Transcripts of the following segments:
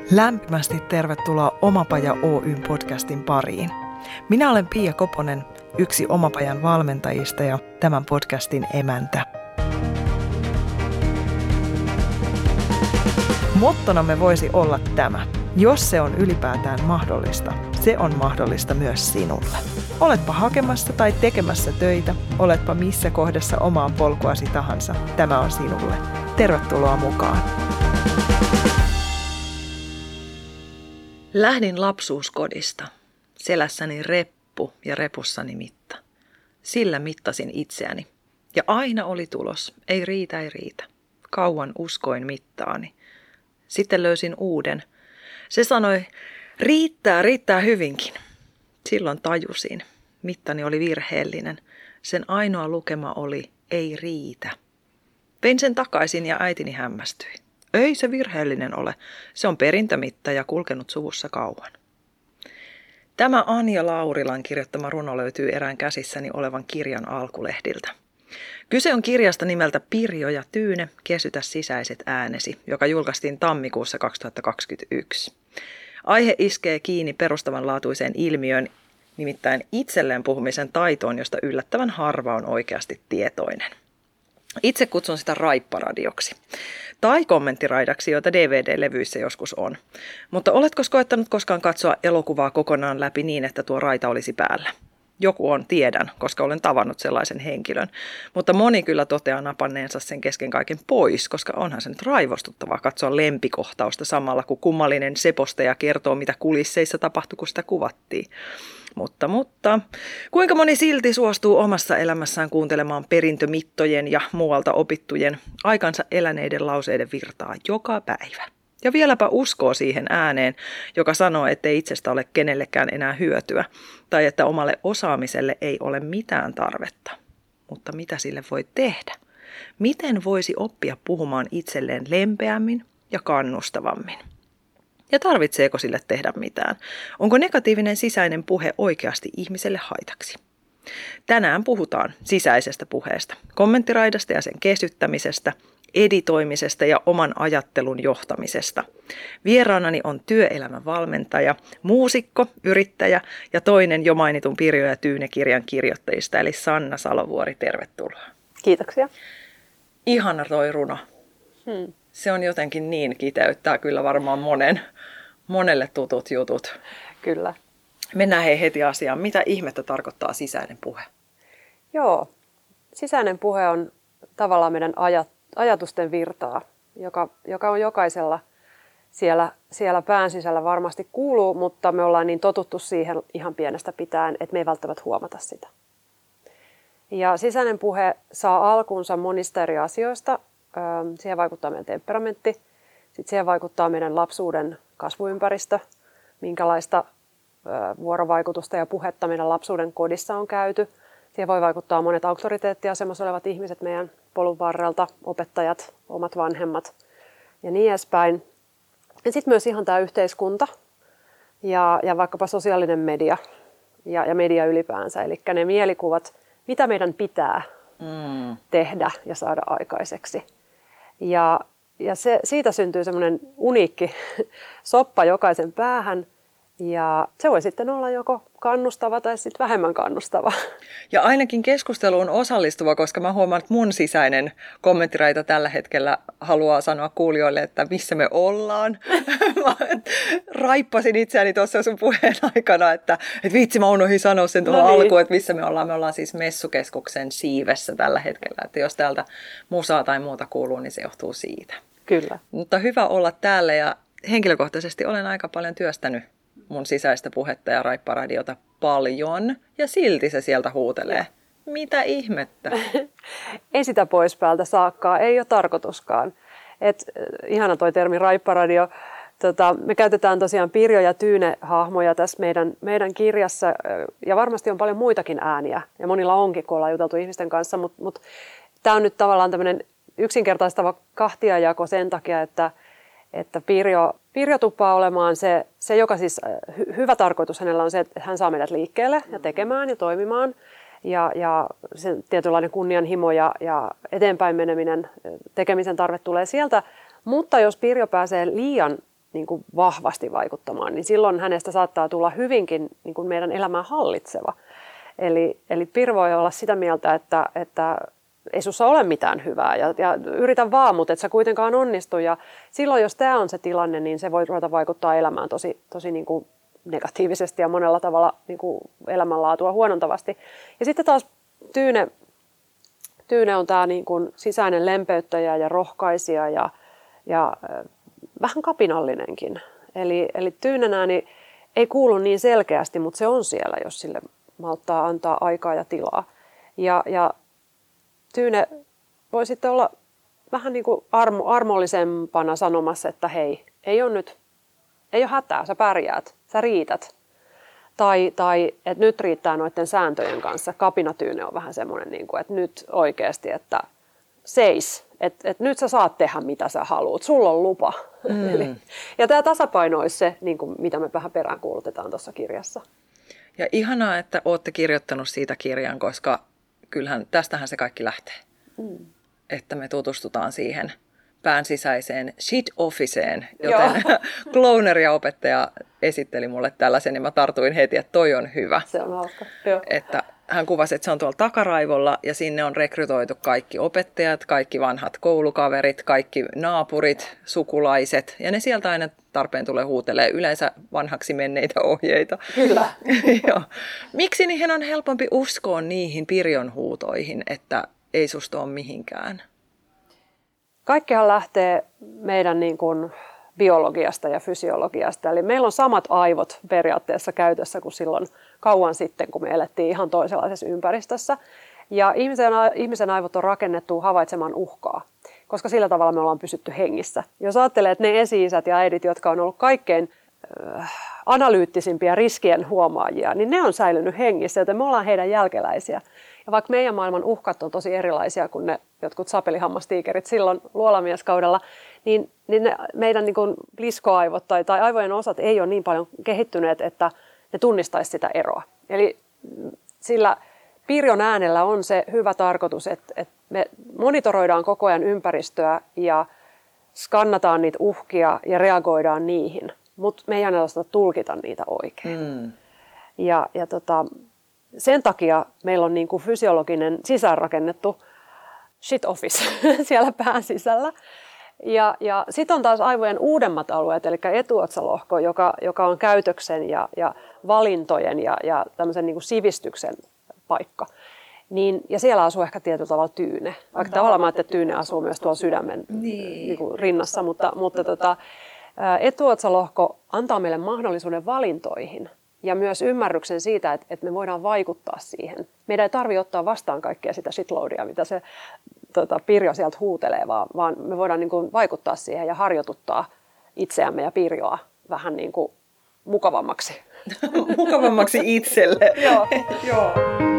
Lämpimästi tervetuloa Omapaja Oyn podcastin pariin. Minä olen Pia Koponen, yksi Omapajan valmentajista ja tämän podcastin emäntä. Mottonamme voisi olla tämä. Jos se on ylipäätään mahdollista, se on mahdollista myös sinulle. Oletpa hakemassa tai tekemässä töitä, oletpa missä kohdassa omaa polkuasi tahansa, tämä on sinulle. Tervetuloa mukaan. Lähdin lapsuuskodista. Selässäni reppu ja repussani mitta. Sillä mittasin itseäni. Ja aina oli tulos. Ei riitä, ei riitä. Kauan uskoin mittaani. Sitten löysin uuden. Se sanoi, riittää hyvinkin. Silloin tajusin. Mittani oli virheellinen. Sen ainoa lukema oli, ei riitä. Vein sen takaisin ja äitini hämmästyi. Ei se virheellinen ole. Se on perintömitta ja kulkenut suvussa kauan. Tämä Anja Laurilan kirjoittama runo löytyy erään käsissäni olevan kirjan alkulehdiltä. Kyse on kirjasta nimeltä Pirjo ja Tyyne, kesytä sisäiset äänesi, joka julkaistiin tammikuussa 2021. Aihe iskee kiinni perustavanlaatuiseen ilmiöön, nimittäin itselleen puhumisen taitoon, josta yllättävän harva on oikeasti tietoinen. Itse kutsun sitä raipparadioksi. Tai kommenttiraidaksi, joita DVD-levyissä joskus on. Mutta oletko koettanut koskaan katsoa elokuvaa kokonaan läpi niin, että tuo raita olisi päällä? Joku on, tiedän, koska olen tavannut sellaisen henkilön. Mutta moni kyllä toteaa napanneensa sen kesken kaiken pois, koska onhan se nyt raivostuttavaa katsoa lempikohtausta samalla, kun kummallinen sepostaja kertoo, mitä kulisseissa tapahtui, kun sitä kuvattiin. Mutta, kuinka moni silti suostuu omassa elämässään kuuntelemaan perintömittojen ja muualta opittujen aikansa eläneiden lauseiden virtaa joka päivä? Ja vieläpä uskoo siihen ääneen, joka sanoo, ettei itsestä ole kenellekään enää hyötyä, tai että omalle osaamiselle ei ole mitään tarvetta. Mutta mitä sille voi tehdä? Miten voisi oppia puhumaan itselleen lempeämmin ja kannustavammin? Ja tarvitseeko sille tehdä mitään? Onko negatiivinen sisäinen puhe oikeasti ihmiselle haitaksi? Tänään puhutaan sisäisestä puheesta, kommenttiraidasta ja sen kesyttämisestä, editoimisesta ja oman ajattelun johtamisesta. Vieraanani on työelämän valmentaja, muusikko, yrittäjä ja toinen jo mainitun Pirjo ja Tyyne-kirjan kirjoittajista, eli Sanna Salovuori. Tervetuloa. Kiitoksia. Ihana toi runo. Se on jotenkin niin, kiteyttää kyllä varmaan monelle tutut jutut. Kyllä. Mennään heti asiaan. Mitä ihmettä tarkoittaa sisäinen puhe? Joo, sisäinen puhe on tavallaan meidän ajatusten virtaa, joka on jokaisella siellä pään sisällä varmasti kuuluu, mutta me ollaan niin totuttu siihen ihan pienestä pitäen, että me ei välttämättä huomata sitä. Ja sisäinen puhe saa alkunsa monista eri asioista. Siihen vaikuttaa meidän temperamentti, sitten siihen vaikuttaa meidän lapsuuden kasvuympäristö, minkälaista vuorovaikutusta ja puhetta meidän lapsuuden kodissa on käyty. Siihen voi vaikuttaa monet auktoriteettiasemassa olevat ihmiset meidän polun varrelta, opettajat, omat vanhemmat ja niin edespäin. Ja sitten myös ihan tämä yhteiskunta ja vaikkapa sosiaalinen media ja media ylipäänsä, eli ne mielikuvat, mitä meidän pitää tehdä ja saada aikaiseksi. Ja siitä syntyy semmoinen uniikki soppa jokaisen päähän. Ja se voi sitten olla joko kannustava tai sitten vähemmän kannustava. Ja ainakin keskusteluun osallistuva, koska mä huomaan, että mun sisäinen kommenttiraita tällä hetkellä haluaa sanoa kuulijoille, että missä me ollaan. Mä raippasin itseäni tuossa sun puheen aikana, että vitsi mä unohdin sanoa sen tuohon alkuun, että missä me ollaan. Me ollaan siis Messukeskuksen siivessä tällä hetkellä, että jos täältä musaa tai muuta kuuluu, niin se johtuu siitä. Kyllä. Mutta hyvä olla täällä ja henkilökohtaisesti olen aika paljon työstänyt mun sisäistä puhetta ja raipparadiota paljon, ja silti se sieltä huutelee. Mitä ihmettä? Ei sitä pois päältä saakkaa, ei ole tarkoituskaan. Ihana toi termi raipparadio. Me käytetään tosiaan Pirjo ja Tyyne-hahmoja tässä meidän kirjassa, ja varmasti on paljon muitakin ääniä, ja monilla onkin, kun ollaan juteltu ihmisten kanssa, mutta tämä on nyt tavallaan tämmöinen yksinkertaistava kahtiajako sen takia, että Pirjo tuppaa olemaan se joka siis hyvä tarkoitus hänellä on se, että hän saa meidät liikkeelle ja tekemään ja toimimaan. Ja se tietynlainen kunnianhimo ja eteenpäin meneminen, tekemisen tarve tulee sieltä. Mutta jos Pirjo pääsee liian niin kuin vahvasti vaikuttamaan, niin silloin hänestä saattaa tulla hyvinkin niin kuin meidän elämää hallitseva. Eli Pirjo voi olla sitä mieltä, että ei sussa ole mitään hyvää ja yritä vaan, mutta et sä kuitenkaan onnistu. Ja silloin, jos tämä on se tilanne, niin se voi ruveta vaikuttaa elämään tosi niin kuin negatiivisesti ja monella tavalla niin kuin elämänlaatua huonontavasti. Ja sitten taas Tyyne on tämä niin kuin sisäinen lempeyttäjä ja rohkaisija ja vähän kapinallinenkin. Eli Tyynen ääni ei kuulu niin selkeästi, mutta se on siellä, jos sille malttaa antaa aikaa ja tilaa. Ja Tyyne voi sitten olla vähän niin kuin armollisempana sanomassa, että hei, ei ole hätää, sä pärjäät, sä riität. Tai että nyt riittää noiden sääntöjen kanssa. Kapinatyyne on vähän semmoinen, niin kuin, että nyt oikeasti, että seis. Että nyt sä saat tehdä mitä sä haluat, sulla on lupa. Ja tämä tasapaino olisi se, niin kuin, mitä me vähän peräänkuulutetaan tuossa kirjassa. Ja ihanaa, että olette kirjoittanut siitä kirjan, koska kyllähän tästähän se kaikki lähtee. Että me tutustutaan siihen pään sisäiseen shit officeen, joten Cloneria opettaja esitteli mulle tällaisen ja mä tartuin heti, että toi on hyvä. Se on hauska, joo. Että hän kuvasi, että se on tuolla takaraivolla ja sinne on rekrytoitu kaikki opettajat, kaikki vanhat koulukaverit, kaikki naapurit, sukulaiset ja ne sieltä aina tarpeen tulee huutelee yleensä vanhaksi menneitä ohjeita. Kyllä. Joo. Miksi niihin on helpompi uskoa niihin Pirjon huutoihin, että ei susta ole mihinkään? Kaikkihan lähtee meidän niin kuin biologiasta ja fysiologiasta. Eli meillä on samat aivot periaatteessa käytössä kuin silloin kauan sitten, kun me elettiin ihan toisenlaisessa ympäristössä. Ja ihmisen aivot on rakennettu havaitsemaan uhkaa, koska sillä tavalla me ollaan pysytty hengissä. Jos ajattelee, että ne esi-isät ja äidit, jotka on ollut kaikkein analyyttisimpia riskien huomaajia, niin ne on säilynyt hengissä, joten me ollaan heidän jälkeläisiä. Ja vaikka meidän maailman uhkat on tosi erilaisia kuin ne jotkut sapelihammastiikerit silloin luolamieskaudella, niin ne meidän niin kuin liskoaivot tai aivojen osat ei ole niin paljon kehittyneet, että ne tunnistaisi sitä eroa. Eli sillä Pirjon äänellä on se hyvä tarkoitus, että me monitoroidaan koko ajan ympäristöä ja skannataan niitä uhkia ja reagoidaan niihin, mutta me ei aina osata tulkita niitä oikein. Ja sen takia meillä on niin kuin fysiologinen sisäänrakennettu shit office siellä pään sisällä. Ja sitten on taas aivojen uudemmat alueet, eli etuotsalohko, joka on käytöksen ja valintojen ja tämmöisen niin kuin sivistyksen paikka. Ja siellä asuu ehkä tietyllä tavalla Tyyne. Vaikka tavallaan mä ajattelin, että Tyyne asuu myös tuolla sydämen niin kuin rinnassa, mutta etuotsalohko antaa meille mahdollisuuden valintoihin. Ja myös ymmärryksen siitä, että me voidaan vaikuttaa siihen. Meidän ei tarvitse ottaa vastaan kaikkea sitä shitloadia, mitä se Pirjo sieltä huutelee, vaan me voidaan niin kuin vaikuttaa siihen ja harjoituttaa itseämme ja Pirjoa vähän niin kuin mukavammaksi. Mukavammaksi itselle. Joo. Joo.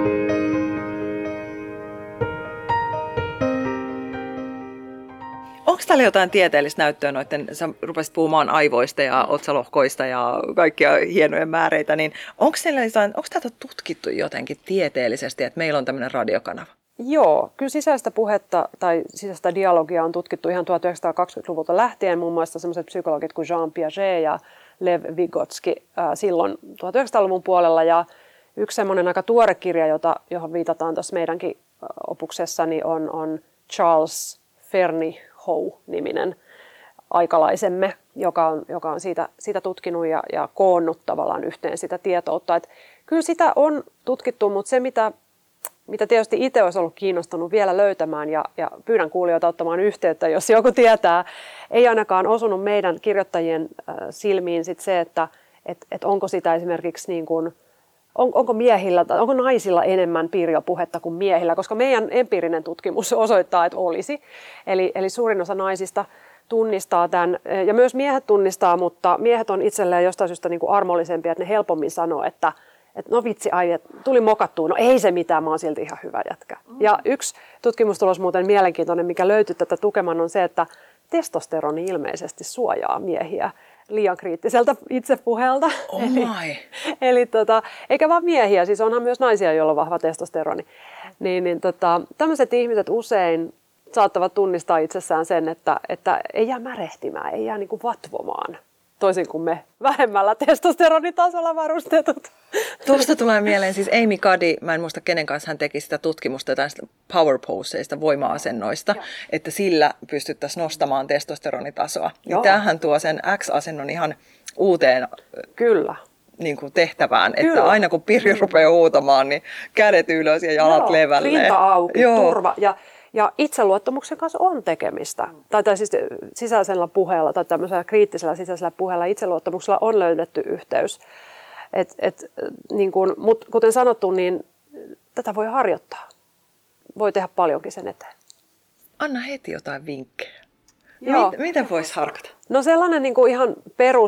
Onko täällä jotain tieteellistä näyttöä noiden, sä rupesit puhumaan aivoista ja otsalohkoista ja kaikkia hienoja määreitä, niin onko tätä tutkittu jotenkin tieteellisesti, että meillä on tämmöinen radiokanava? Joo, kyllä sisäistä puhetta tai sisäistä dialogia on tutkittu ihan 1920-luvulta lähtien, muun muassa sellaiset psykologit kuin Jean Piaget ja Lev Vygotsky silloin 1900-luvun puolella. Ja yksi semmoinen aika tuore kirja, johon viitataan tuossa meidänkin opuksessani, on Charles Fernyhough-niminen aikalaisemme, joka on siitä tutkinut ja koonnut tavallaan yhteen sitä tietoutta. Et kyllä sitä on tutkittu, mutta se mitä tietysti itse olisi ollut kiinnostunut vielä löytämään ja pyydän kuulijoita ottamaan yhteyttä, jos joku tietää, ei ainakaan osunut meidän kirjoittajien silmiin sit se, että onko sitä esimerkiksi niin kuin, onko miehillä tai onko naisilla enemmän Pirjo-puhetta kuin miehillä, koska meidän empiirinen tutkimus osoittaa, että olisi. Eli suurin osa naisista tunnistaa tämän, ja myös miehet tunnistaa, mutta miehet on itselleen jostain syystä niin kuin armollisempia, että ne helpommin sanoo, että no vitsi, tuli mokattua, no ei se mitään, mä oon silti ihan hyvä jätkä. Ja yksi tutkimustulos muuten mielenkiintoinen, mikä löytyi tätä tukemaan, on se, että testosteroni ilmeisesti suojaa miehiä liian kriittiseltä itsepuheelta. Oh eli eikä vaan miehiä, siis onhan myös naisia, joilla on vahva testosteroni. Tämmöiset ihmiset usein saattavat tunnistaa itsessään sen, että ei jää märehtimään, ei jää niin kuin vatvomaan. toisin kuin me vähemmällä testosteronitasolla varustetut. Tuosta tulee mieleen siis Amy Cuddy, mä en muista kenen kanssa hän teki sitä tutkimusta jotain power poseista, voima-asennoista, että sillä pystyttäisiin nostamaan testosteronitasoa. Niin tämähän tuo sen X-asennon ihan uuteen Kyllä. Niin kuin tehtävään, että aina kun Pirjo rupeaa huutamaan, niin kädet ylös ja jalat levälle. Rinta auki, turva. Ja itseluottamuksen kanssa on tekemistä. Tai siis sisäisellä puheella tai tämmöisellä kriittisellä sisäisellä puheella itseluottamuksella on löydetty yhteys. Mutta kuten sanottu, niin tätä voi harjoittaa. Voi tehdä paljonkin sen eteen. Anna heti jotain vinkkejä. Mitä voisi harkata? No sellainen niin kuin ihan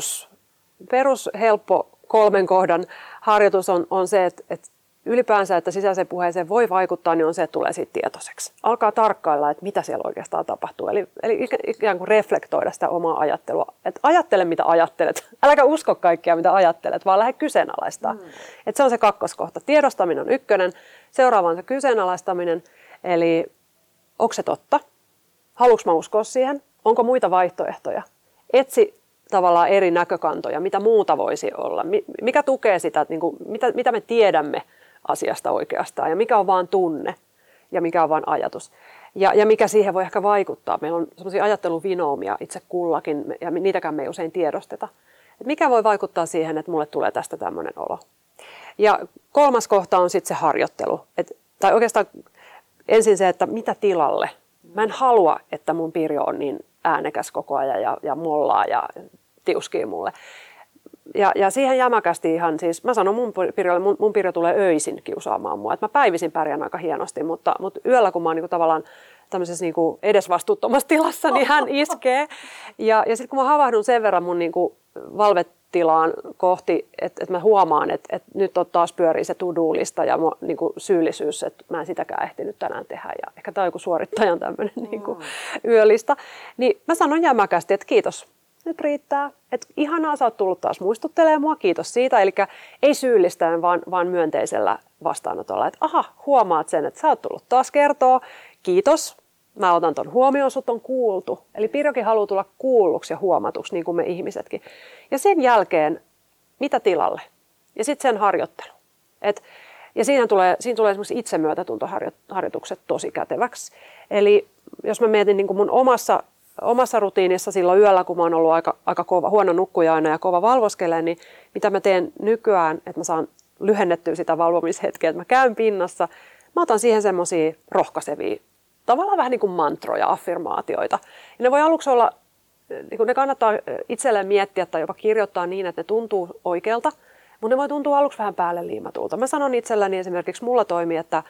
perus helppo 3 kohdan harjoitus on se, että ylipäänsä, että sisäiseen puheeseen voi vaikuttaa, niin on se, että tulee siitä tietoiseksi. Alkaa tarkkailla, että mitä siellä oikeastaan tapahtuu. Eli ikään kuin reflektoida sitä omaa ajattelua. Että ajattele, mitä ajattelet. Äläkä usko kaikkea, mitä ajattelet, vaan lähde kyseenalaistaa. Että se on se 2. kohta. Tiedostaminen on 1. Seuraava on se kyseenalaistaminen. Eli onko se totta? Haluanko mä uskoa siihen? Onko muita vaihtoehtoja? Etsi tavallaan eri näkökantoja, mitä muuta voisi olla. Mikä tukee sitä, että mitä me tiedämme asiasta oikeastaan ja mikä on vaan tunne ja mikä on vaan ajatus. Ja mikä siihen voi ehkä vaikuttaa. Meillä on sellaisia ajatteluvinoomia itse kullakin ja niitäkään me ei usein tiedosteta. Et mikä voi vaikuttaa siihen, että mulle tulee tästä tämmöinen olo. Ja 3. kohta on sitten se harjoittelu. Tai oikeastaan ensin se, että mitä tilalle. Mä en halua, että mun Pirjo on niin äänekäs koko ajan ja mollaa ja tiuskii mulle. Ja siihen jämäkästi ihan siis, mä sanon mun Pirjo tulee öisin kiusaamaan mua. Että mä päivisin pärjään aika hienosti, mutta yöllä kun mä oon niinku tavallaan tämmöisessä niinku edesvastuuttomassa tilassa, niin hän iskee. Ja sitten kun mä havahdun sen verran mun niinku valvetilaan kohti, että mä huomaan, että nyt on taas pyörii se to-do-lista ja niinku syyllisyys, että mä en sitäkään ehtinyt tänään tehdä. Ja ehkä tää on joku suorittajan tämmöinen niinku yölista. Niin mä sanon jämäkästi, että kiitos. Nyt riittää. Että ihanaa, sä oot tullut taas muistuttelemaan mua, kiitos siitä. Eli ei syyllistäen, vaan myönteisellä vastaanotolla. Että aha, huomaat sen, että sä oot tullut taas kertoa. Kiitos, mä otan ton huomioon, sut on kuultu. Eli Pirjokin haluaa tulla kuulluksi ja huomatuksi, niin kuin me ihmisetkin. Ja sen jälkeen, mitä tilalle? Ja sitten sen harjoittelu. Ja siinä tulee esimerkiksi itsemyötätuntoharjoitukset tosi käteväksi. Eli jos mä mietin niin kuin mun omassa rutiinissa silloin yöllä, kun mä oon ollut aika huono nukkuja aina ja kova valvoskelemaan, niin mitä mä teen nykyään, että mä saan lyhennettyä sitä valvomishetkeä, että mä käyn pinnassa, mä otan siihen semmoisia rohkaisevia, tavallaan vähän niin kuin mantroja, affirmaatioita. Ja ne voi aluksi olla, niin ne kannattaa itselleen miettiä tai jopa kirjoittaa niin, että ne tuntuu oikealta, mutta ne voi tuntua aluksi vähän päälle liimatulta. Mä sanon itselläni esimerkiksi, mulla toimii, että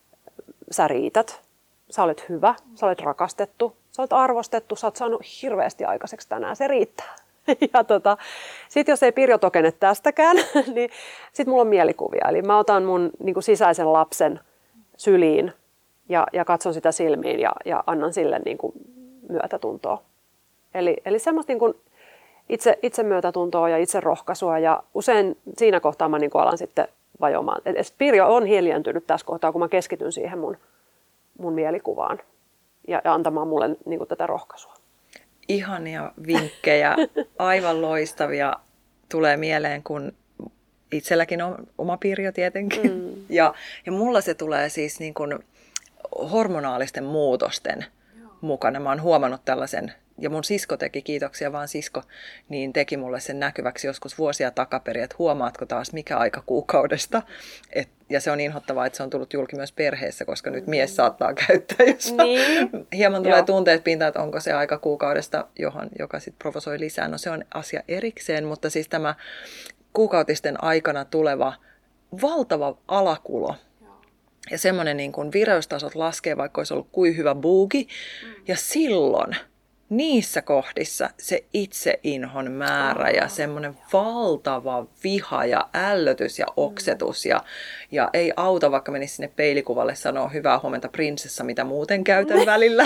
sä riität, sä olet hyvä, sä olet rakastettu, sä olet arvostettu, sä oot saanut hirveästi aikaiseksi tänään, se riittää. Ja sitten jos ei Pirjo tokene tästäkään, niin sitten mulla on mielikuvia. Eli mä otan mun niin kuin sisäisen lapsen syliin ja katson sitä silmiin ja annan sille niin kuin myötätuntoa. Eli semmoista niin kuin itsemyötätuntoa ja itserohkaisua ja usein siinä kohtaa mä niin kuin alan sitten vajoamaan. Pirjo on hiljentynyt tässä kohtaa, kun mä keskityn siihen mun mielikuvaan ja antamaan mulle niin kuin tätä rohkaisua. Ihania vinkkejä, aivan loistavia tulee mieleen, kun itselläkin on oma Pirjo tietenkin. Ja mulla se tulee siis niin kuin hormonaalisten muutosten mukana. Mä oon huomannut tällaisen, ja mun sisko teki, kiitoksia vaan sisko, niin teki mulle sen näkyväksi joskus vuosia takaperin, että huomaatko taas mikä aika kuukaudesta. Ja se on inhottavaa, että se on tullut julki myös perheessä, koska nyt mies saattaa käyttää, jos hieman tulee tunteet pintaan, että onko se aika kuukaudesta, joka sitten provosoi lisää. No se on asia erikseen, mutta siis tämä kuukautisten aikana tuleva valtava alakulo. Ja semmoinen niin kuin vireystasot laskee, vaikka olisi ollut kuin hyvä buugi. Ja silloin niissä kohdissa se itseinhon määrä ja semmoinen valtava viha ja ällötys ja oksetus. Ja ei auta, vaikka menisi sinne peilikuvalle sanoa hyvää huomenta prinsessa, mitä muuten käytän välillä.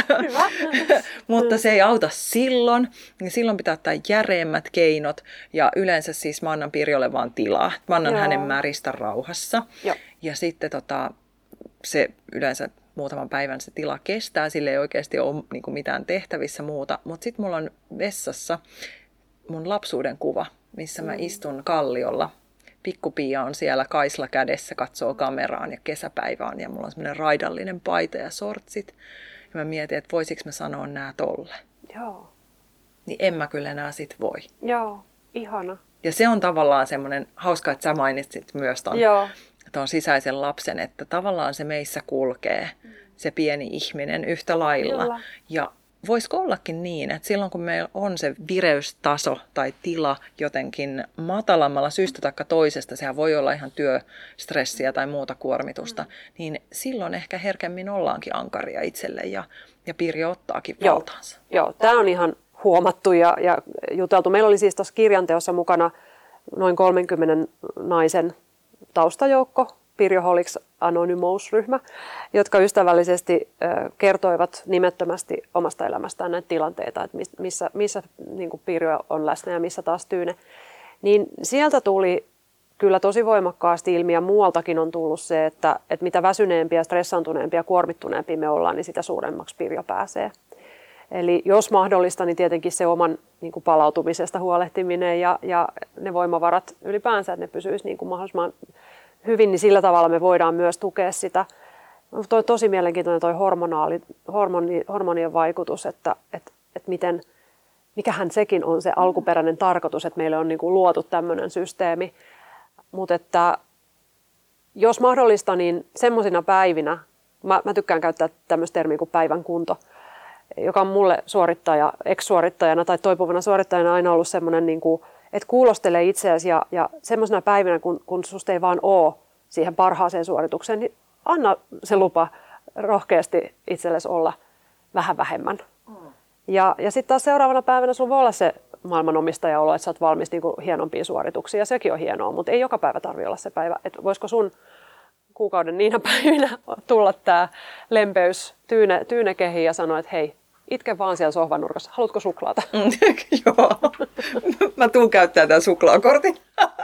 Mutta se ei auta silloin. Ja silloin pitää ottaa järeimmät keinot. Ja yleensä siis mä annan Pirjolle vaan tilaa. Mä annan hänen märistä rauhassa. Ja sitten se yleensä muutaman päivän se tila kestää, sille ei oikeasti ole niin kuin mitään tehtävissä muuta. Mutta sitten mulla on vessassa mun lapsuuden kuva, missä mä istun kalliolla. Pikku-Pia on siellä kaisla kädessä, katsoo kameraan ja kesäpäivä on ja mulla on semmoinen raidallinen paita ja sortsit. Ja mä mietin, että voisiko mä sanoa nää tolle. Joo. Niin en mä kyllä enää sit voi. Joo, ihana. Ja se on tavallaan semmoinen, hauska, että sä mainitsit myös ton sisäisen lapsen, että tavallaan se meissä kulkee, se pieni ihminen yhtä lailla. Kyllä. Ja voisiko ollakin niin, että silloin kun meillä on se vireystaso tai tila jotenkin matalammalla syystä tai toisesta, sehän voi olla ihan työstressiä tai muuta kuormitusta, niin silloin ehkä herkemmin ollaankin ankaria itselle ja Pirjo ottaakin valtaansa. Joo, tämä on ihan huomattu ja juteltu. Meillä oli siis tuossa kirjanteossa mukana noin 30 naisen taustajoukko, Pirjoholics Anonymous-ryhmä, jotka ystävällisesti kertoivat nimettömästi omasta elämästään näitä tilanteita, että missä niin kuin Pirjo on läsnä ja missä taas Tyyne. Niin sieltä tuli kyllä tosi voimakkaasti ilmi ja muualtakin on tullut se, että mitä väsyneempiä, stressantuneempia, kuormittuneempia me ollaan, niin sitä suuremmaksi Pirjo pääsee. Eli jos mahdollista, niin tietenkin se oman niin kuin palautumisesta huolehtiminen ja ne voimavarat ylipäänsä, että ne pysyisi niin kuin mahdollisimman hyvin, niin sillä tavalla me voidaan myös tukea sitä. Tosi mielenkiintoinen toi hormonien vaikutus, että mikähän sekin on se alkuperäinen tarkoitus, että meille on niin kuin luotu tämmöinen systeemi. Mutta että jos mahdollista, niin semmoisina päivinä, mä tykkään käyttää tämmöistä termiä kuin päivän kunto, joka on mulle ex-suorittajana tai toipuvana suorittajana aina ollut semmoinen, niin kuin, että kuulostele itseäsi ja semmoisena päivinä, kun susta ei vaan ole siihen parhaaseen suoritukseen, niin anna se lupa rohkeasti itsellesi olla vähän vähemmän. Ja sitten taas seuraavana päivänä sulla voi olla se maailmanomistaja-olo, että sä oot valmis niin kuin hienompiin suorituksiin, ja sekin on hienoa, mutta ei joka päivä tarvitse olla se päivä. Että voisiko sun kuukauden niinä päivinä tulla tämä lempeys tyynekehiin ja sanoa, että hei, itke vaan siellä sohvan nurkassa. Haluatko suklaata? Joo, mä tuun käyttää tämän suklaakortin.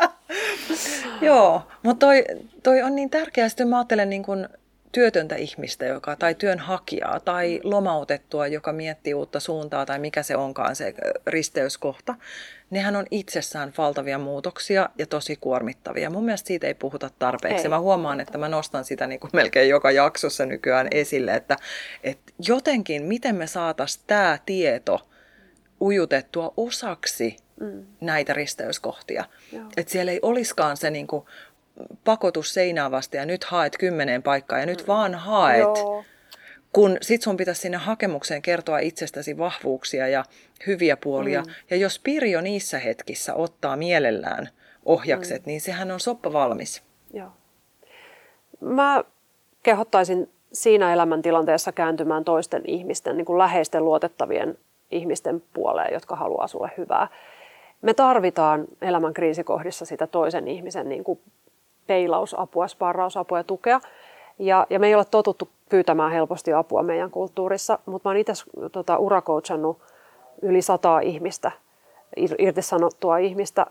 Joo, mutta toi on niin tärkeää, että mä ajattelen niin kuin työtöntä ihmistä, tai työnhakijaa, tai lomautettua, joka miettii uutta suuntaa, tai mikä se onkaan se risteyskohta. Nehän on itsessään valtavia muutoksia ja tosi kuormittavia. Mun mielestä siitä ei puhuta tarpeeksi. Mä huomaan, että mä nostan sitä niin kuin melkein joka jaksossa nykyään esille, että jotenkin miten me saataisiin tämä tieto ujutettua osaksi näitä risteyskohtia. Että siellä ei olisikaan se niin kuin pakotus seinää vasta ja nyt haet 10 paikkaa ja nyt vaan haet. Joo. Kun sit sun pitäisi sinne hakemukseen kertoa itsestäsi vahvuuksia ja hyviä puolia. Ja jos Pirjo niissä hetkissä ottaa mielellään ohjakset, niin sehän on soppa valmis. Joo. Mä kehottaisin siinä elämäntilanteessa kääntymään toisten ihmisten, niin kuin läheisten luotettavien ihmisten puoleen, jotka haluaa sulle hyvää. Me tarvitaan elämän kriisikohdissa sitä toisen ihmisen niin kuin peilausapua, sparrausapua ja tukea. Ja me ei ole totuttu pyytämään helposti apua meidän kulttuurissa, mutta mä oon itse uracoachannut yli 100 ihmistä, irtisanottua ihmistä.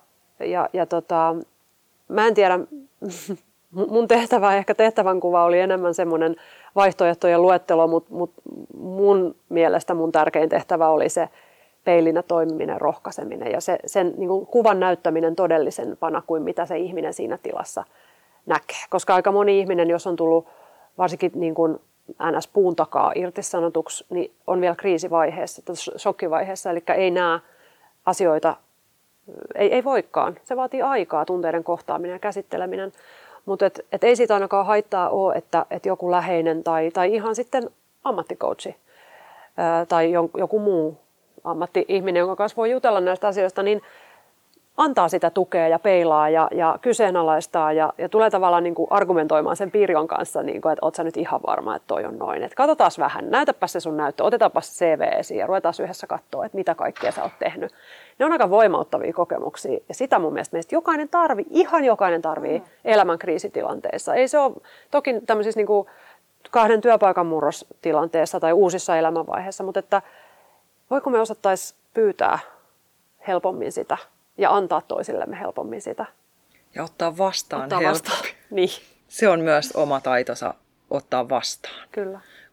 Mä en tiedä, mun tehtävänkuva oli enemmän semmoinen vaihtoehtojen luettelo, mutta mun mielestä mun tärkein tehtävä oli se peilinä toimiminen, rohkaiseminen ja sen niin kuin kuvan näyttäminen todellisempana kuin mitä se ihminen siinä tilassa näkee. Koska aika moni ihminen, jos on tullut varsinkin niin kuin NS-puun takaa irtisanotuksi, niin on vielä kriisivaiheessa, shokkivaiheessa, eli ei näe asioita, ei voikaan. Se vaatii aikaa, tunteiden kohtaaminen ja käsitteleminen. Mutta et ei siitä ainakaan haittaa ole, että joku läheinen tai ihan sitten ammattikoutsi tai joku muu ammatti-ihminen, jonka kanssa voi jutella näistä asioista, niin antaa sitä tukea ja peilaa ja kyseenalaistaa ja tulee tavallaan niin kuin argumentoimaan sen Pirjon kanssa, niin kuin, että oot sä nyt ihan varma, että toi on noin. Että katsotaan vähän, näytäpä se sun näyttö, otetaanpa se CV esiin ja ruvetaan yhdessä katsoa, että mitä kaikkea sä oot tehnyt. Ne on aika voimauttavia kokemuksia ja sitä mun mielestä meistä ihan jokainen tarvii elämän kriisitilanteissa. Ei se ole toki tämmöisissä niin kuin 2 työpaikan murrostilanteessa tai uusissa elämänvaiheissa, mutta että voiko me osattaisi pyytää helpommin sitä ja antaa toisillemme helpommin sitä. Ja ottaa vastaan helpommin. Niin. Se on myös oma taitonsa ottaa vastaan. Kyllä.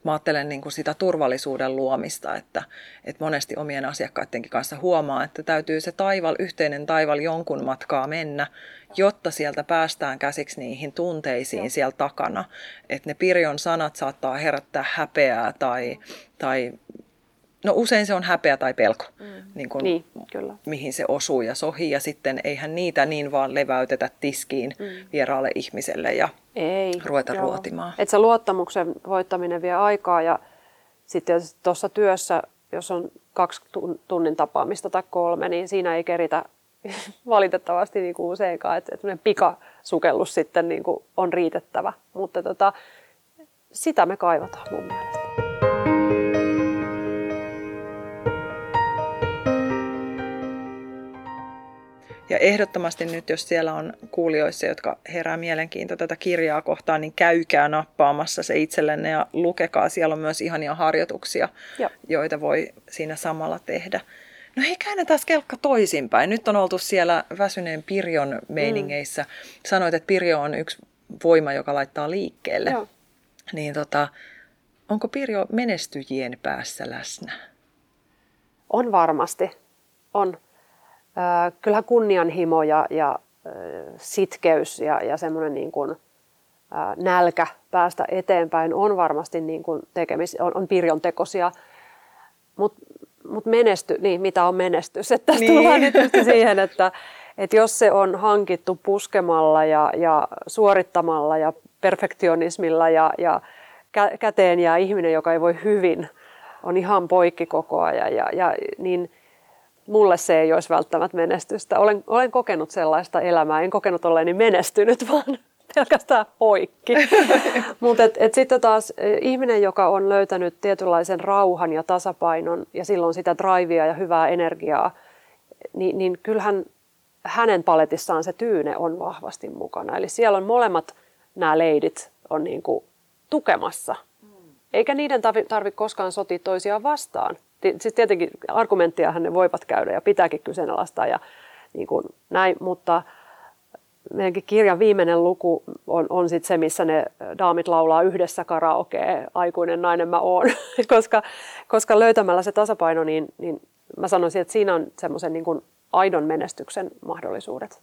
mä ajattelen niin kuin sitä turvallisuuden luomista, että monesti omien asiakkaidenkin kanssa huomaa, että täytyy se yhteinen taival jonkun matkaa mennä, jotta sieltä päästään käsiksi niihin tunteisiin siellä takana. Että ne Pirjon sanat saattaa herättää häpeää tai no usein se on häpeä tai pelko, kyllä. Mihin se osuu ja sohii. Ja sitten eihän niitä niin vaan leväytetä tiskiin vieraalle ihmiselle ja ruveta ruotimaan. Että se luottamuksen voittaminen vie aikaa ja sitten tuossa työssä, jos on 2 tunnin tapaamista tai 3, niin siinä ei keritä valitettavasti niin kuin useinkaan. Että pikasukellus sitten niin kuin on riitettävä, mutta sitä me kaivataan mun mielestä. Ja ehdottomasti nyt, jos siellä on kuulijoissa, jotka herää mielenkiinto tätä kirjaa kohtaan, niin käykää nappaamassa se itsellenne ja lukekaa. Siellä on myös ihania harjoituksia, joita voi siinä samalla tehdä. No hei, käännetään kelkka toisinpäin. Nyt on oltu siellä väsyneen Pirjon meiningeissä. Sanoit, että Pirjo on yksi voima, joka laittaa liikkeelle. Joo. Niin onko Pirjo menestyjien päässä läsnä? On varmasti. On. Kyllähän kunnianhimo ja sitkeys ja semmoinen niin kuin, nälkä päästä eteenpäin on varmasti niin kuin on Pirjon tekosia. Mut mitä on menestys? Että tässä tullaan nyt siihen, että jos se on hankittu puskemalla ja suorittamalla ja perfektionismilla ja käteen jää ihminen, joka ei voi hyvin, on ihan poikki koko ajan niin mulle se ei olisi välttämättä menestystä. Olen kokenut sellaista elämää. En kokenut olleeni menestynyt, vaan pelkästään poikki. Mutta sitten taas ihminen, joka on löytänyt tietynlaisen rauhan ja tasapainon ja silloin sitä drivea ja hyvää energiaa, niin kyllähän hänen paletissaan se tyyne on vahvasti mukana. Eli siellä on molemmat nämä leidit on niin kuin tukemassa. Eikä niiden tarvitse koskaan sotia toisiaan vastaan. Siis tietenkin argumenttiahan ne voivat käydä ja pitääkin kyseenalaistaa ja niin kuin näin, mutta meidänkin kirjan viimeinen luku on sit se, missä ne daamit laulaa yhdessä karaokea, aikuinen nainen mä oon, koska löytämällä se tasapaino, niin mä sanoisin, että siinä on semmoisen niin kuin aidon menestyksen mahdollisuudet.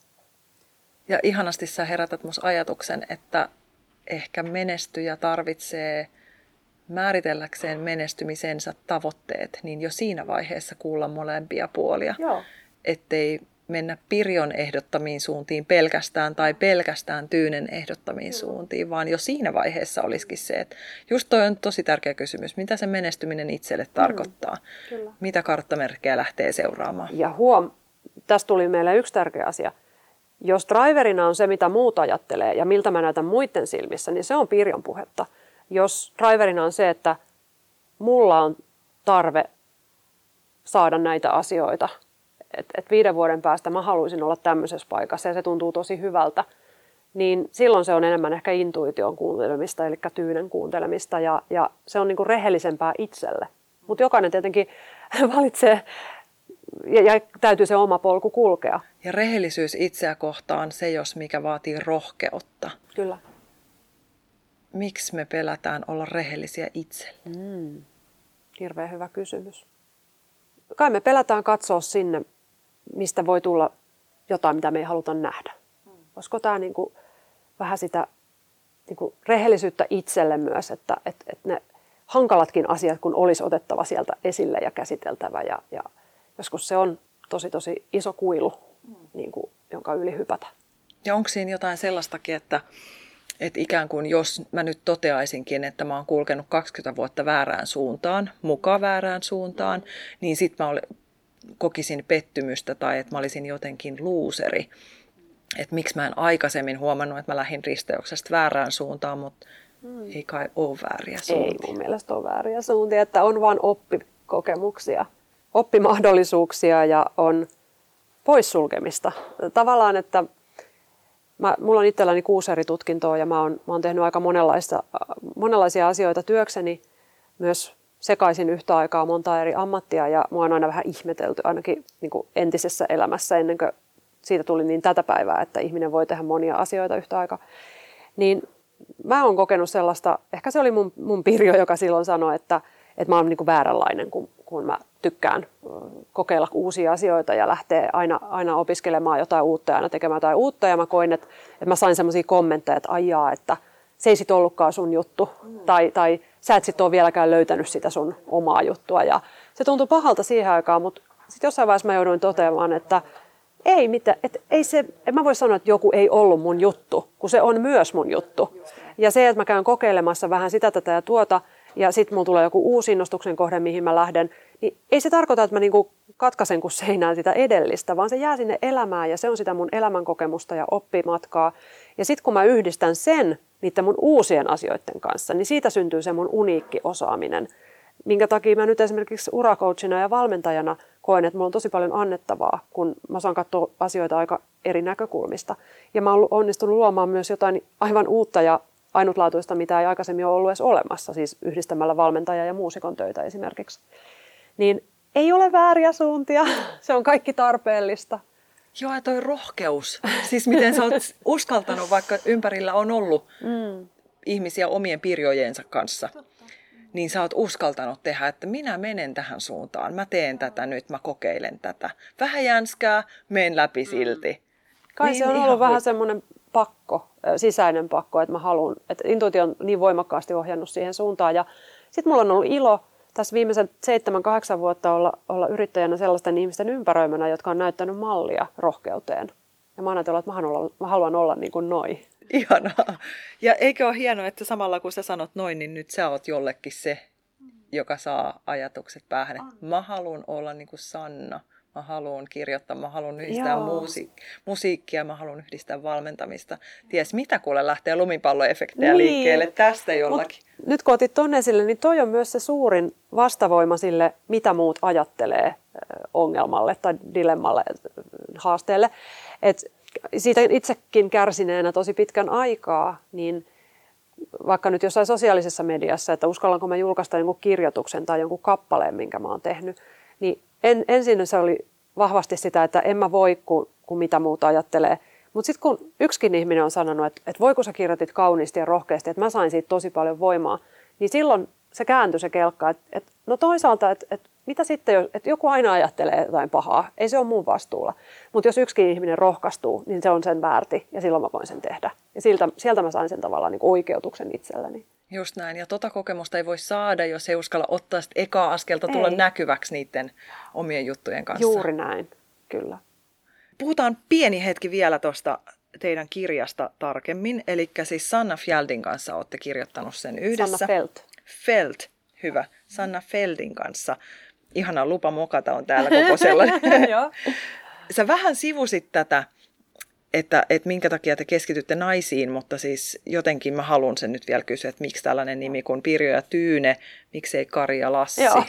Ja ihanasti sä herätät musta ajatuksen, että ehkä menestyjä tarvitsee määritelläkseen menestymisensä tavoitteet, niin jo siinä vaiheessa kuulla molempia puolia. Joo. Ettei mennä Pirjon ehdottamiin suuntiin pelkästään tai pelkästään Tyynen ehdottamiin suuntiin, vaan jo siinä vaiheessa olisikin se, että just toi on tosi tärkeä kysymys, mitä se menestyminen itselle tarkoittaa, Kyllä. mitä karttamerkkejä lähtee seuraamaan. Ja tässä tuli meille yksi tärkeä asia. Jos driverina on se, mitä muut ajattelee ja miltä mä näytän muiden silmissä, niin se on Pirjon puhetta. Jos driverina on se, että mulla on tarve saada näitä asioita, että 5 vuoden päästä mä haluaisin olla tämmöisessä paikassa ja se tuntuu tosi hyvältä, niin silloin se on enemmän ehkä intuition kuuntelemista, eli Tyynen kuuntelemista ja se on niinku rehellisempää itselle. Mutta jokainen tietenkin valitsee ja täytyy se oma polku kulkea. Ja rehellisyys itseä kohtaan se, jos mikä vaatii rohkeutta. Kyllä. Miksi me pelätään olla rehellisiä itselle? Hirveän hyvä kysymys. Kai me pelätään katsoa sinne, mistä voi tulla jotain, mitä me ei haluta nähdä. Olisiko tämä niinku vähän sitä niinku rehellisyyttä itselle myös, että ne hankalatkin asiat, kun olisi otettava sieltä esille ja käsiteltävä. Ja joskus se on tosi iso kuilu, niinku, jonka yli hypätä. Ja onko siinä jotain sellaistakin, että ikään kuin jos mä nyt toteaisinkin, että mä oon kulkenut 20 vuotta väärään suuntaan, muka väärään suuntaan, niin sit mä kokisin pettymystä tai että mä olisin jotenkin luuseri. Että miksi mä en aikaisemmin huomannut, että mä lähdin risteyksestä väärään suuntaan, mutta ei kai ole vääriä suuntia. Ei mun mielestä ole vääriä suuntia, että on vaan oppikokemuksia, oppimahdollisuuksia ja on poissulkemista. Tavallaan, että mulla on itselläni 6 eri tutkintoa ja mä oon tehnyt aika monenlaisia asioita työkseni, myös sekaisin yhtä aikaa monta eri ammattia ja mua on aina vähän ihmetelty, ainakin niin kuin entisessä elämässä ennen kuin siitä tuli niin tätä päivää, että ihminen voi tehdä monia asioita yhtä aikaa. Niin mä oon kokenut sellaista, ehkä se oli mun Pirjo, joka silloin sanoi, että mä oon niin kuin vääränlainen, kun mä tykkään kokeilla uusia asioita ja lähtee aina opiskelemaan jotain uutta ja aina tekemään jotain uutta. Ja mä koin, että mä sain semmoisia kommentteja, että aijaa, että se ei sit ollutkaan sun juttu. Tai sä et sit ole vieläkään löytänyt sitä sun omaa juttua. Ja se tuntui pahalta siihen aikaan, mutta sitten jossain vaiheessa mä jouduin toteamaan, että ei mitään, en mä voi sanoa, että joku ei ollut mun juttu, kun se on myös mun juttu. Ja se, että mä käyn kokeilemassa vähän sitä, tätä ja tuota, ja sitten mulla tulee joku uusi innostuksen kohde, mihin mä lähden, niin ei se tarkoita, että mä niinku katkaisen kuin seinään sitä edellistä, vaan se jää sinne elämään ja se on sitä mun elämänkokemusta ja oppimatkaa. Ja sitten kun mä yhdistän sen niiden mun uusien asioiden kanssa, niin siitä syntyy se mun uniikki osaaminen, minkä takia mä nyt esimerkiksi uracoachina ja valmentajana koen, että mulla on tosi paljon annettavaa, kun mä saan katsoa asioita aika eri näkökulmista. Ja mä oon onnistunut luomaan myös jotain aivan uutta ja ainutlaatuista, mitä ei aikaisemmin ole ollut edes olemassa, siis yhdistämällä valmentaja ja muusikon töitä esimerkiksi. Niin ei ole vääriä suuntia, se on kaikki tarpeellista. Joo, ja toi rohkeus. Siis miten sä oot uskaltanut, vaikka ympärillä on ollut ihmisiä omien Pirjojensa kanssa. Niin sä oot uskaltanut tehdä, että minä menen tähän suuntaan, mä teen tätä nyt, mä kokeilen tätä. Vähän jänskää, menen läpi silti. Kai niin, se on ollut vähän semmoinen pakko, sisäinen pakko, että mä haluan, että intuitio on niin voimakkaasti ohjannut siihen suuntaan. Ja sitten mulla on ollut ilo tässä viimeiset 7-8 vuotta olla yrittäjänä sellaisten ihmisten ympäröimänä, jotka on näyttänyt mallia rohkeuteen. Ja mä oon ajatellut, että mä haluan olla niin kuin noi. Ihanaa. Ja eikö ole hienoa, että samalla kun sä sanot noin, niin nyt sä oot jollekin se, joka saa ajatukset päähän. Mä haluan olla niin kuin Sanna. Mä haluan kirjoittaa, mä haluan yhdistää musiikkia, mä haluan yhdistää valmentamista. Ties mitä, kuule lähtee lumipalloefektejä liikkeelle tästä jollakin. Nyt kun otit ton esille, niin toi on myös se suurin vastavoima sille, mitä muut ajattelee ongelmalle tai dilemmalle, haasteelle. Et siitä itsekin kärsineenä tosi pitkän aikaa, niin vaikka nyt jossain sosiaalisessa mediassa, että uskallanko mä julkaista jonkun kirjoituksen tai jonkun kappaleen, minkä mä oon tehnyt, niin ensin se oli vahvasti sitä, että en mä voi, kun mitä muuta ajattelee. Mutta sitten kun yksikin ihminen on sanonut, että voi kun sä kirjoitit kauniisti ja rohkeasti, että mä sain siitä tosi paljon voimaa, niin silloin se kääntyi se kelkka. Että no toisaalta, että mitä sitten, että joku aina ajattelee jotain pahaa, ei se ole mun vastuulla. Mutta jos yksikin ihminen rohkaistuu, niin se on sen väärti ja silloin mä voin sen tehdä. Ja sieltä mä sain sen tavallaan niin kuin oikeutuksen itselleni. Just näin. Ja tota kokemusta ei voi saada, jos ei uskalla ottaa sitä ekaa askelta tulla näkyväksi niiden omien juttujen kanssa. Juuri näin, kyllä. Puhutaan pieni hetki vielä tuosta teidän kirjasta tarkemmin. Eli siis Sanna Fjeldin kanssa olette kirjoittanut sen yhdessä. Sanna Feld. Feld, hyvä. Sanna Feldin kanssa. Ihana lupa mokata on täällä koko sellainen. Joo. Sä vähän sivusit tätä, että minkä takia te keskitytte naisiin, mutta siis jotenkin mä haluan sen nyt vielä kysyä, että miksi tällainen nimi kuin Pirjo ja Tyyne, miksei Kari ja Lassi? Joo.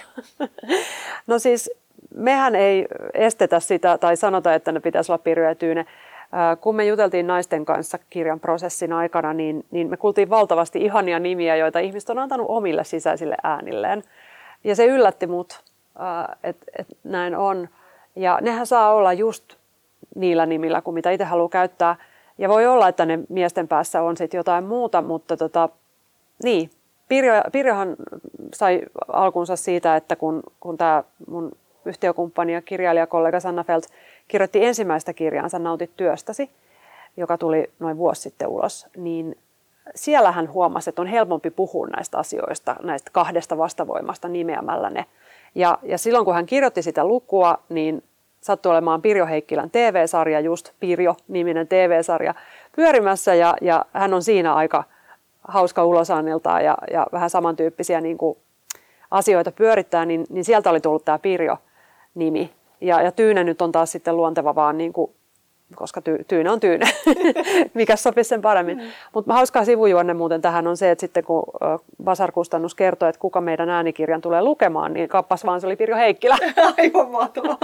No siis mehän ei estetä sitä tai sanota, että ne pitäisi olla Pirjo ja Tyyne. Kun me juteltiin naisten kanssa kirjan prosessin aikana, niin me kuultiin valtavasti ihania nimiä, joita ihmiset on antanut omille sisäisille äänilleen. Ja se yllätti mut, että näin on. Ja nehän saa olla just niillä nimillä, kuin mitä itse haluaa käyttää. Ja voi olla, että ne miesten päässä on sitten jotain muuta, mutta niin. Pirjohan sai alkunsa siitä, että kun tämä mun yhtiökumppani ja kirjailijakollega Sanna Feld kirjoitti ensimmäistä kirjaansa Nautit työstäsi, joka tuli noin vuosi sitten ulos, niin siellä hän huomasi, että on helpompi puhua näistä asioista, näistä kahdesta vastavoimasta nimeämällä ne. Ja silloin kun hän kirjoitti sitä lukua, niin sattui olemaan Pirjo Heikkilän TV-sarja, just Pirjo-niminen TV-sarja pyörimässä ja hän on siinä aika hauska ulosanniltaan ja vähän samantyyppisiä niin kuin asioita pyörittää, niin sieltä oli tullut tämä Pirjo-nimi. Ja Tyyne nyt on taas sitten luonteva vaan, niin kuin, koska Tyyne on Tyyne, mikä sopisi sen paremmin. Mutta hauskaa sivujuonne muuten tähän on se, että sitten kun Basar-kustannus kertoi, että kuka meidän äänikirjan tulee lukemaan, niin kappas vaan se oli Pirjo Heikkilä. Aivan mahtavaa.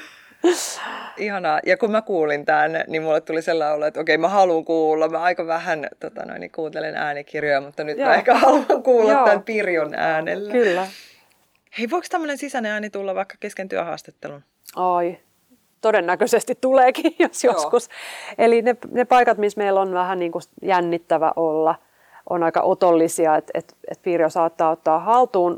Ihanaa. Ja kun mä kuulin tämän, niin mulle tuli sellainen olo, että okei, mä haluan kuulla. Mä aika vähän kuuntelen äänikirjoja, mutta nyt mä ehkä haluan kuulla tämän Pirjon äänellä. Kyllä. Hei, voiko tämmöinen sisäinen ääni tulla vaikka kesken työhaastattelun? Ai, todennäköisesti tuleekin, jos joskus. Eli ne paikat, missä meillä on vähän niin kuin jännittävä olla, on aika otollisia, että piiriö saattaa ottaa haltuun.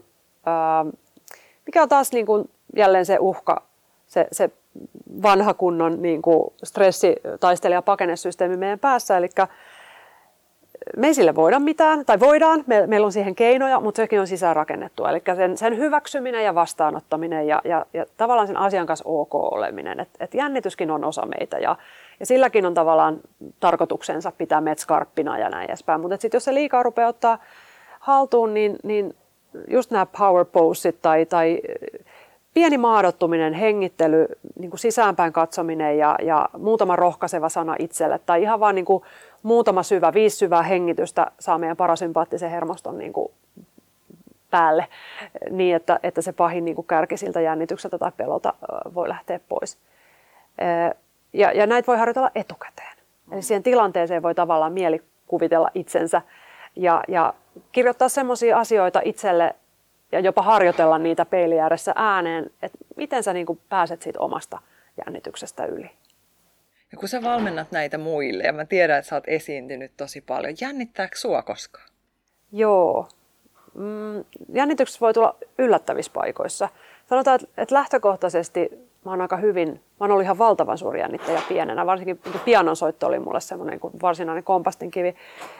Mikä on taas niin kuin jälleen se uhka, se vanha kunnon niin kuin stressi, taistelija, pakenesysteemi meidän päässä. Eli me ei sille voida mitään, tai voidaan, meillä on siihen keinoja, mutta sekin on sisäänrakennettua. Eli sen hyväksyminen ja vastaanottaminen ja tavallaan sen asian kanssa ok oleminen. Että jännityskin on osa meitä ja silläkin on tavallaan tarkoituksensa pitää meitä skarppina ja näin edespäin. Mutta sitten jos se liikaa rupeaa ottaa haltuun, niin just nämä power poseit tai pieni maadottuminen, hengittely, niin kuin sisäänpäin katsominen ja muutama rohkaiseva sana itselle tai ihan vaan niin kuin muutama 5 syvää hengitystä saa meidän parasympaattisen hermoston niin kuin päälle niin, että se pahin niin kuin kärki siltä jännitykseltä tai pelolta voi lähteä pois. Ja näitä voi harjoitella etukäteen. Eli siihen tilanteeseen voi tavallaan mielikuvitella itsensä ja kirjoittaa semmoisia asioita itselle ja jopa harjoitella niitä peilin ääressä ääneen, että miten sä niin kuin pääset siitä omasta jännityksestä yli. Ja kun sä valmennat näitä muille, ja mä tiedän, että sä oot esiintynyt tosi paljon, jännittääkö sua koskaan? Joo. Jännitykset voi tulla yllättävissä paikoissa. Sanotaan, että lähtökohtaisesti mä oon ollut ihan valtavan suuri jännittäjä pienenä. Varsinkin pianonsoitto oli mulle semmoinen kuin varsinainen kompastinkivi.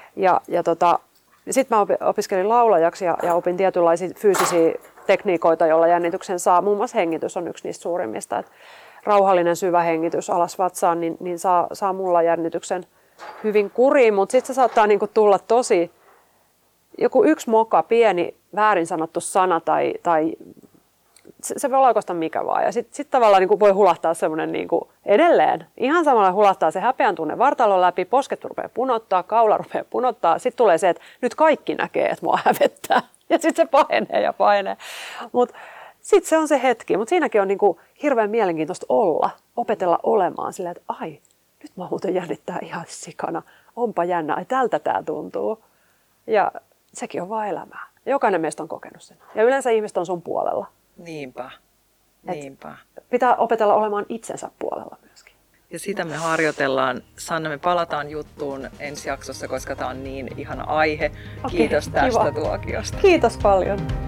Sitten mä opiskelin laulajaksi ja opin tietynlaisia fyysisiä tekniikoita, joilla jännityksen saa. Muun muassa hengitys on yksi niistä suurimmista. Et rauhallinen syvä hengitys alas vatsaan, niin saa mulla jännityksen hyvin kuriin. Mutta sitten se saattaa niinku tulla tosi joku yksi moka, pieni väärin sanottu sana tai se voi olla oikeastaan mikä vaan. Ja sitten tavallaan niin kuin voi hulahtaa semmoinen niin kuin edelleen. Ihan samalla hulahtaa se häpeän tunne vartalon läpi, posket rupeaa punottaa, kaula rupeaa punottaa. Sitten tulee se, että nyt kaikki näkee, että mua hävettää. Ja sitten se pahenee ja pahenee. Mutta sitten se on se hetki. Mutta siinäkin on niin kuin hirveän mielenkiintoista opetella olemaan silleen, että ai, nyt mua muuten jännittää ihan sikana. Onpa jännä, ai tältä tää tuntuu. Ja sekin on vaan elämää. Jokainen meistä on kokenut sen. Ja yleensä ihmiset on sun puolella. Niinpä. Pitää opetella olemaan itsensä puolella myöskin. Ja sitä me harjoitellaan. Sanna, me palataan juttuun ensi jaksossa, koska tämä on niin ihana aihe. Kiitos tästä tuokiosta. Kiitos paljon.